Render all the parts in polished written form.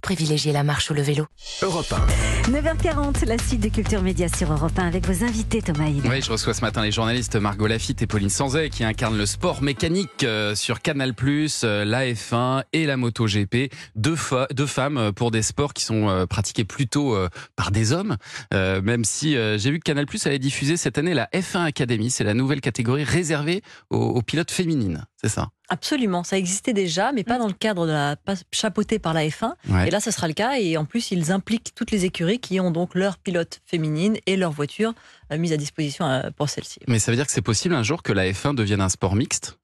privilégiez la marche ou le vélo. Europe 1. 9h40, la suite de Culture Média sur Europe 1 avec vos invités Thomas Hill. Oui, je reçois ce matin les journalistes Margot Lafitte et Pauline Sanzet qui incarnent le sport mécanique sur Canal+, la F1 et la MotoGP. Deux femmes pour des sports qui sont pratiqués plutôt par des hommes. Même si j'ai vu que Canal+ allait diffuser cette année la F1 Academy. C'est la nouvelle catégorie réservée aux pilotes féminines, c'est ça? Absolument, ça existait déjà, mais pas dans le cadre de chapeautée par la F1. Ouais. Et là, ce sera le cas. Et en plus, ils impliquent toutes les écuries qui ont donc leurs pilotes féminines et leurs voitures mises à disposition pour celles-ci. Mais ça veut dire que c'est possible un jour que la F1 devienne un sport mixte?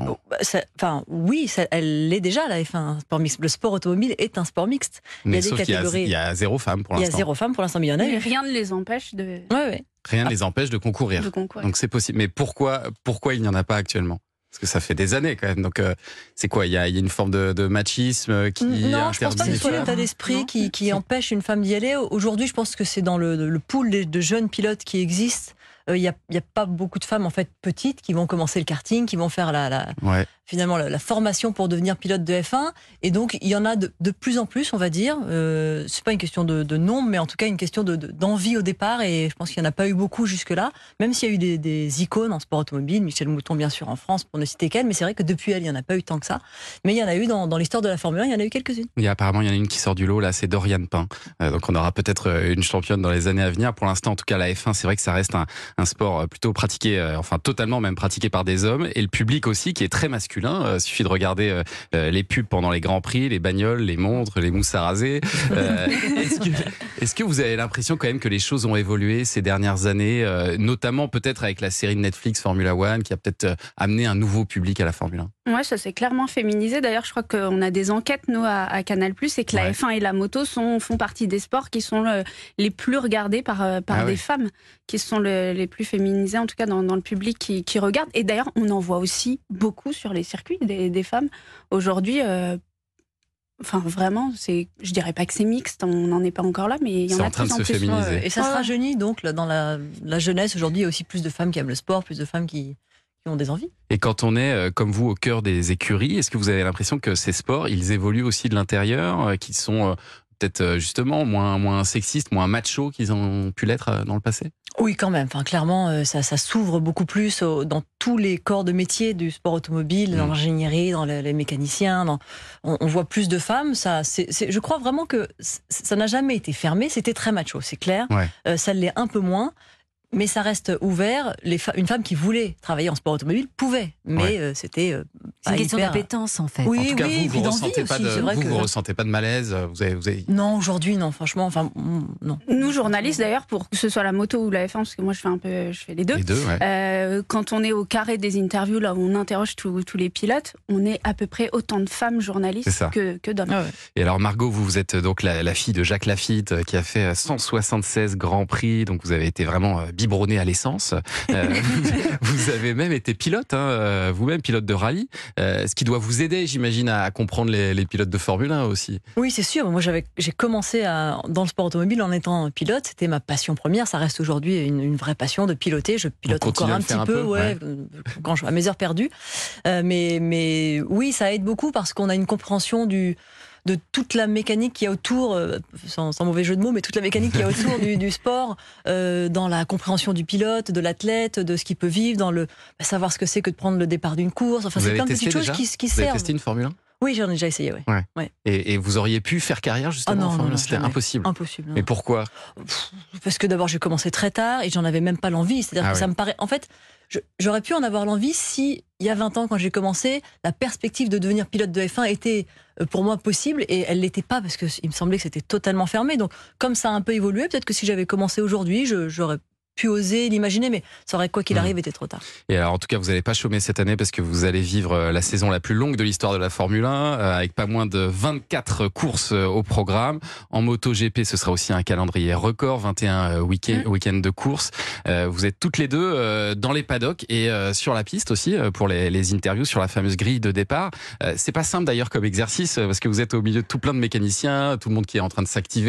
Oui, elle l'est déjà, la F1, un sport mixte. Le sport automobile est un sport mixte. Mais il y a sauf des catégories. Il y a zéro femme pour Il y l'instant. a zéro femme pour l'instant, mais il y en a. Mais rien ne les empêche de Rien ne les empêche de concourir. Donc c'est possible. Mais pourquoi il n'y en a pas actuellement? Parce que ça fait des années quand même. Donc c'est quoi? Il y a une forme de machisme qui interdit. Non, je pense pas que ce soit l'état d'esprit qui empêche une femme d'y aller. Aujourd'hui, je pense que c'est dans le pool de jeunes pilotes qui existent. Il n'y a pas beaucoup de femmes en fait petites qui vont commencer le karting, qui vont faire finalement la formation pour devenir pilote de F1. Et donc il y en a de plus en plus, on va dire. C'est pas une question de nombre, mais en tout cas une question d'envie au départ. Et je pense qu'il n'y en a pas eu beaucoup jusque-là, même s'il y a eu des icônes en sport automobile. Michel Mouton, bien sûr, en France, pour ne citer qu'elle. Mais c'est vrai que depuis elle, il n'y en a pas eu tant que ça. Mais il y en a eu dans l'histoire de la Formule 1, il y en a eu quelques-unes. Apparemment, il y en a une qui sort du lot, là, c'est Doriane Pain. Donc on aura peut-être une championne dans les années à venir. Pour l'instant, en tout cas, la F1, c'est vrai que ça reste un sport plutôt pratiqué, totalement même pratiqué par des hommes, et le public aussi qui est très masculin. Suffit de regarder les pubs pendant les grands prix, les bagnoles, les montres, les mousses à raser. Est-ce que vous avez l'impression quand même que les choses ont évolué ces dernières années, notamment peut-être avec la série de Netflix Formula One qui a peut-être amené un nouveau public à la Formule 1? Ouais, ça s'est clairement féminisé. D'ailleurs, je crois qu'on a des enquêtes, nous, à Canal+, et que la F1 et la moto font partie des sports qui sont les plus regardés par des femmes, qui sont les plus féminisés, en tout cas dans le public qui regarde. Et d'ailleurs, on en voit aussi beaucoup sur les circuits des femmes. Aujourd'hui, vraiment, je dirais pas que c'est mixte, on n'en est pas encore là, mais il y en a en train de se plus. féminiser. Et ça se rajeunit, donc, dans la jeunesse. Aujourd'hui, il y a aussi plus de femmes qui aiment le sport, plus de femmes qui ont des envies. Et quand on est, comme vous, au cœur des écuries, est-ce que vous avez l'impression que ces sports, ils évoluent aussi de l'intérieur, qu'ils sont peut-être justement moins sexistes, moins machos qu'ils ont pu l'être dans le passé? Oui, quand même. Clairement, ça s'ouvre beaucoup plus dans tous les corps de métier du sport automobile, dans l'ingénierie, dans les mécaniciens. On voit plus de femmes. Je crois vraiment que ça n'a jamais été fermé. C'était très macho, c'est clair. Ouais. Ça l'est un peu moins. Mais ça reste ouvert. Une femme qui voulait travailler en sport automobile pouvait, mais c'était c'est une question d'appétence en fait. Oui, en tout cas, vous vous ressentez pas de malaise. Vous avez... Non, aujourd'hui, non. Franchement, non. Nous, journalistes, d'ailleurs, pour que ce soit la moto ou la F1, parce que moi, je fais les deux. Quand on est au carré des interviews, là où on interroge tous les pilotes, on est à peu près autant de femmes journalistes que d'hommes. Ah ouais. Et alors, Margot, vous êtes donc la fille de Jacques Lafitte, qui a fait 176 grands prix. Donc, vous avez été vraiment biberonné à l'essence. Vous avez même été pilote, vous-même pilote de rallye, ce qui doit vous aider, j'imagine, à comprendre les pilotes de Formule 1 aussi. Oui, c'est sûr. Moi, j'ai commencé dans le sport automobile en étant pilote. C'était ma passion première. Ça reste aujourd'hui une vraie passion de piloter. Je pilote encore un petit peu, quand à mes heures perdues. Mais oui, ça aide beaucoup parce qu'on a une compréhension de toute la mécanique qu'il y a autour, sans mauvais jeu de mots, mais toute la mécanique qu'il y a autour du sport, dans la compréhension du pilote, de l'athlète, de ce qu'il peut vivre, dans savoir ce que c'est que de prendre le départ d'une course. Enfin, c'est plein de petites choses qui servent. Vous avez testé une Formule 1 ? Oui, j'en ai déjà essayé, oui. Ouais. Et vous auriez pu faire carrière justement en Formule 1 ? C'était impossible. Impossible. Mais pourquoi ? Parce que d'abord, j'ai commencé très tard et j'en avais même pas l'envie. C'est-à-dire que ça me paraît... En fait, j'aurais pu en avoir l'envie si, il y a 20 ans, quand j'ai commencé, la perspective de devenir pilote de F1 était pour moi possible, et elle l'était pas parce qu'il me semblait que c'était totalement fermé. Donc, comme ça a un peu évolué, peut-être que si j'avais commencé aujourd'hui, j'aurais pu oser l'imaginer, mais ça aurait, quoi qu'il arrive, été trop tard. Et alors, en tout cas, vous n'allez pas chômer cette année parce que vous allez vivre la saison la plus longue de l'histoire de la Formule 1, avec pas moins de 24 courses au programme. En MotoGP, ce sera aussi un calendrier record, 21 week-ends de courses. Vous êtes toutes les deux dans les paddocks et sur la piste aussi pour les interviews sur la fameuse grille de départ. C'est pas simple d'ailleurs comme exercice parce que vous êtes au milieu de tout plein de mécaniciens, tout le monde qui est en train de s'activer.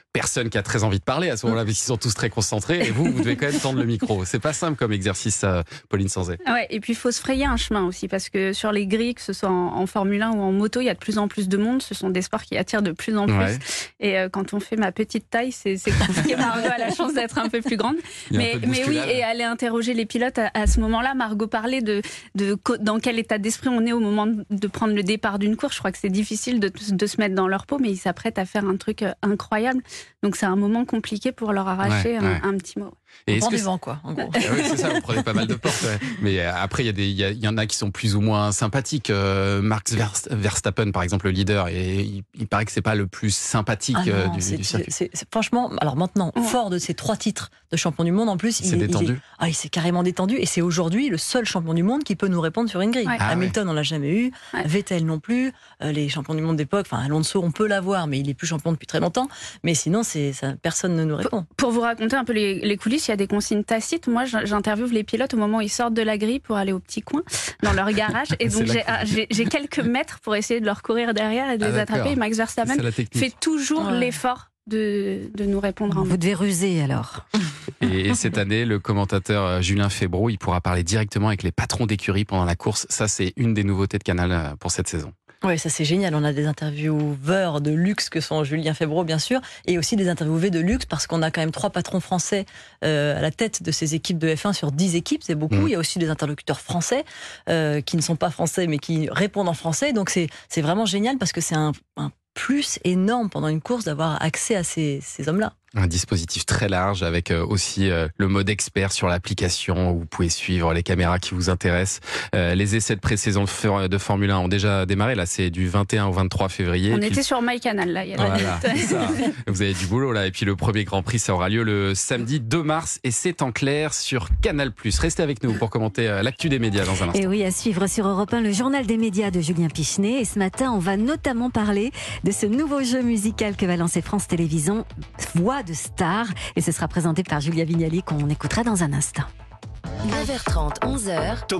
personne qui a très envie de parler à ce moment-là, parce qu'ils sont tous très concentrés, et vous devez quand même tendre le micro. C'est pas simple comme exercice, Pauline Sanzet. Ouais, et puis il faut se frayer un chemin aussi, parce que sur les grilles, que ce soit en Formule 1 ou en moto, il y a de plus en plus de monde. Ce sont des sports qui attirent de plus en plus. Ouais. Et quand on fait ma petite taille, c'est compliqué. Margot a la chance d'être un peu plus grande. Mais oui, et aller interroger les pilotes à ce moment-là. Margot parlait de dans quel état d'esprit on est au moment de prendre le départ d'une course. Je crois que c'est difficile de se mettre dans leur peau, mais ils s'apprêtent à faire un truc incroyable. Donc c'est un moment compliqué pour leur arracher un petit mot. Et on prend du vent, quoi, en gros. Oui, c'est ça, vous prenez pas mal de portes. Ouais. Mais après, il y en a qui sont plus ou moins sympathiques. Max Verstappen, par exemple, le leader, et il paraît que c'est pas le plus sympathique du circuit. Franchement, alors maintenant, fort de ses 3 titres de champion du monde, en plus, il s'est carrément détendu. Et c'est aujourd'hui le seul champion du monde qui peut nous répondre sur une grille. Hamilton, on l'a jamais eu. Vettel non plus. Les champions du monde d'époque, enfin Alonso, on peut l'avoir, mais il est plus champion depuis très longtemps. Mais sinon, personne ne nous répond. Pour vous raconter un peu les coulisses, il y a des consignes tacites. Moi, j'interviewe les pilotes au moment où ils sortent de la grille pour aller au petit coin, dans leur garage. Et donc, j'ai quelques mètres pour essayer de leur courir derrière et de les attraper. Et Max Verstappen fait toujours l'effort de nous répondre en Vous devez ruser alors. Et cette année, le commentateur Julien Febvre, il pourra parler directement avec les patrons d'écurie pendant la course. Ça, c'est une des nouveautés de Canal pour cette saison. Oui, ça c'est génial. On a des intervieweurs de luxe que sont Julien Febvre, bien sûr, et aussi des interviewés de luxe parce qu'on a quand même 3 patrons français à la tête de ces équipes de F1 sur 10 équipes, c'est beaucoup. Il y a aussi des interlocuteurs français qui ne sont pas français mais qui répondent en français. Donc c'est vraiment génial parce que c'est un plus énorme pendant une course d'avoir accès à ces hommes-là. Un dispositif très large avec aussi le mode expert sur l'application où vous pouvez suivre les caméras qui vous intéressent. Les essais de pré-saison de Formule 1 ont déjà démarré. Là, c'est du 21 au 23 février. On était sur MyCanal, là. Vous avez du boulot, là. Et puis le premier Grand Prix, ça aura lieu le samedi 2 mars. Et c'est en clair sur Canal+. Restez avec nous pour commenter l'actu des médias dans un instant. Et oui, à suivre sur Europe 1, le journal des médias de Julien Pichenet. Et ce matin, on va notamment parler de ce nouveau jeu musical que va lancer France Télévisions, Voix de Star, et ce sera présenté par Julia Vignali qu'on écoutera dans un instant. 9h30, 11h.